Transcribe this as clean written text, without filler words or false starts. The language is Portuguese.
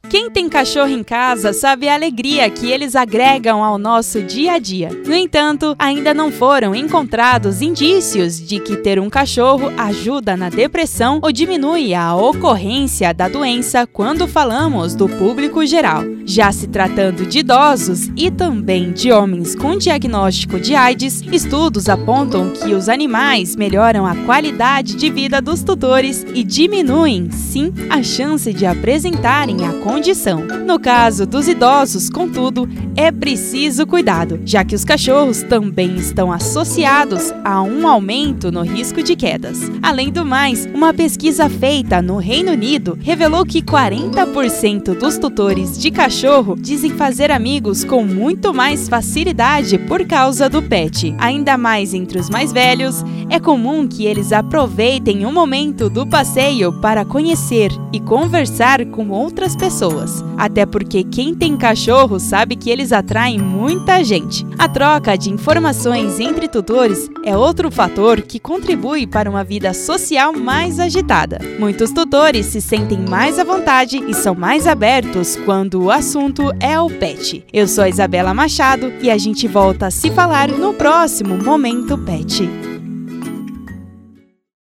Quem tem cachorro em casa sabe a alegria que eles agregam ao nosso dia a dia. No entanto, ainda não foram encontrados indícios de que ter um cachorro ajuda na depressão ou diminui a ocorrência da doença quando falamos do público geral. Já se tratando de idosos e também de homens com diagnóstico de AIDS, estudos apontam que os animais melhoram a qualidade de vida dos tutores e diminuem, sim, a chance de apresentarem a condição. No caso dos idosos, contudo, é preciso cuidado, já que os cachorros também estão associados a um aumento no risco de quedas. Além do mais, uma pesquisa feita no Reino Unido revelou que 40% dos tutores de cachorro dizem fazer amigos com muito mais facilidade por causa do pet. Ainda mais entre os mais velhos, é comum que eles aproveitem o momento do passeio para conhecer e conversar com outras pessoas. Até porque quem tem cachorro sabe que eles atraem muita gente. A troca de informações entre tutores é outro fator que contribui para uma vida social mais agitada. Muitos tutores se sentem mais à vontade e são mais abertos quando o assunto é o pet. Eu sou a Isabela Machado e a gente volta a se falar no próximo Momento Pet.